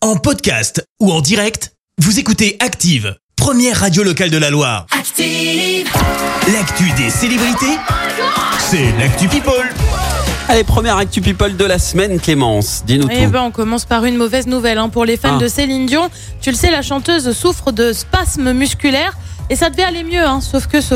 En podcast ou en direct, vous écoutez Active, première radio locale de la Loire. Active. L'actu des célébrités, c'est l'actu People. Allez, première Actu People de la semaine, Clémence, dis-nous tout. On commence par une mauvaise nouvelle pour les fans de Céline Dion. Tu le sais, la chanteuse souffre de spasmes musculaires. Et ça devait aller mieux, sauf que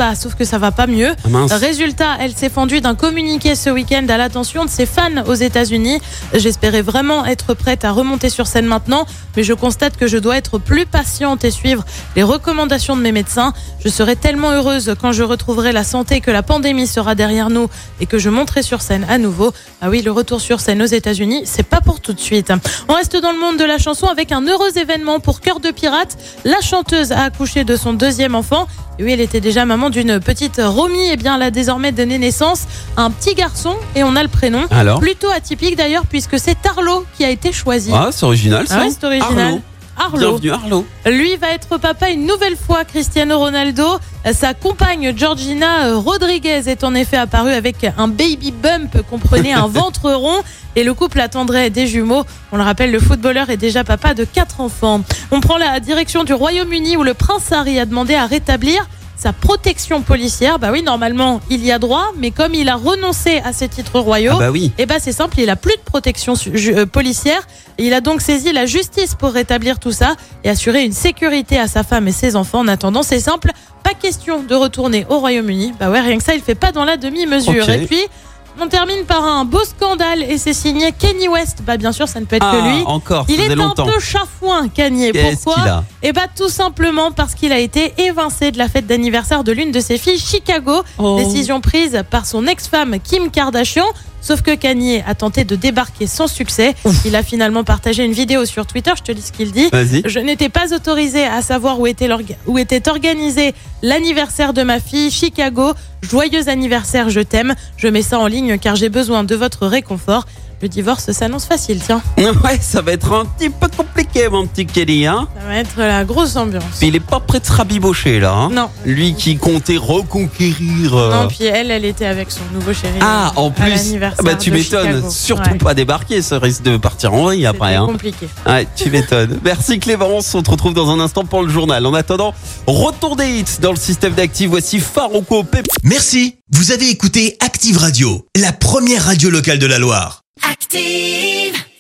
ça va pas mieux. Ah mince. Résultat, elle s'est fendue d'un communiqué ce week-end à l'attention de ses fans aux États-Unis. J'espérais vraiment être prête à remonter sur scène maintenant, mais je constate que je dois être plus patiente et suivre les recommandations de mes médecins. Je serai tellement heureuse quand je retrouverai la santé, que la pandémie sera derrière nous et que je monterai sur scène à nouveau. Ah oui, le retour sur scène aux États-Unis, c'est pas pour tout de suite. On reste dans le monde de la chanson avec un heureux événement pour Cœur de Pirate. La chanteuse a accouché de son deuxième enfant. Et oui, elle était déjà maman d'une petite Romy. Eh bien, elle a désormais donné naissance à un petit garçon et on a le prénom. Alors ? Plutôt atypique d'ailleurs, puisque c'est Arlo qui a été choisi. Ah, c'est original ça. Ah ouais, c'est original. Arlo. Bienvenue Arlo. Lui va être papa une nouvelle fois, Cristiano Ronaldo. Sa compagne Georgina Rodriguez est en effet apparue avec un baby bump, comprenez un ventre rond. Et le couple attendrait des jumeaux. On le rappelle, le footballeur est déjà papa de 4 enfants. On prend la direction du Royaume-Uni où le prince Harry a demandé à rétablir sa protection policière. Bah oui, normalement, il y a droit, mais comme il a renoncé à ses titres royaux, c'est simple, il a plus de protection policière. Il a donc saisi la justice pour rétablir tout ça et assurer une sécurité à sa femme et ses enfants. En attendant, c'est simple, pas question de retourner au Royaume-Uni. Bah ouais, rien que ça, il fait pas dans la demi-mesure. Okay. Et puis, on termine par un beau scandale et c'est signé Kanye West. Bah bien sûr, ça ne peut être que lui. Encore, il est longtemps. Un peu chafouin, Kanye. Qu'est-ce Pourquoi qu'il a ? Tout simplement parce qu'il a été évincé de la fête d'anniversaire de l'une de ses filles, Chicago. Décision prise par son ex-femme Kim Kardashian. Sauf que Kanye a tenté de débarquer sans succès. Il a finalement partagé une vidéo sur Twitter. Je te lis ce qu'il dit. Vas-y. Je n'étais pas autorisé à savoir où était organisé l'anniversaire de ma fille, Chicago. Joyeux anniversaire, je t'aime. Je mets ça en ligne car j'ai besoin de votre réconfort. Le divorce s'annonce facile, tiens. Ouais, ça va être un petit peu compliqué, mon petit Kelly, Ça va être la grosse ambiance. Puis il est pas prêt de se rabibocher, là. Non. Lui qui comptait reconquérir. Non, puis elle était avec son nouveau chéri. En plus. À l'anniversaire Bah, tu de m'étonnes. Chicago. Surtout pas débarquer, ça risque de partir en vrille après. C'était compliqué. Ouais, tu m'étonnes. Merci Clémence, on te retrouve dans un instant pour le journal. En attendant, retour des hits dans le système d'Active. Voici Farouko Pep. Merci, vous avez écouté Active Radio, la première radio locale de la Loire. Active.